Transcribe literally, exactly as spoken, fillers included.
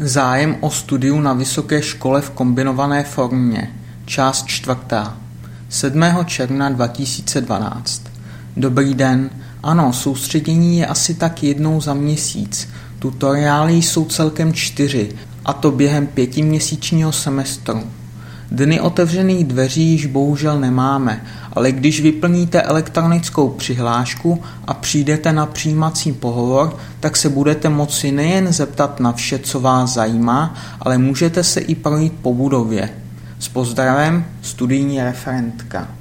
Zájem o studium na vysoké škole v kombinované formě. Část čtvrtá. sedmého června dva tisíce dvanáct. Dobrý den. Ano, soustředění je asi tak jednou za měsíc. Tutoriály jsou celkem čtyři, a to během pětiměsíčního semestru. Dny otevřených dveří již bohužel nemáme, ale když vyplníte elektronickou přihlášku a přijdete na přijímací pohovor, tak se budete moci nejen zeptat na vše, co vás zajímá, ale můžete se i projít po budově. S pozdravem, studijní referentka.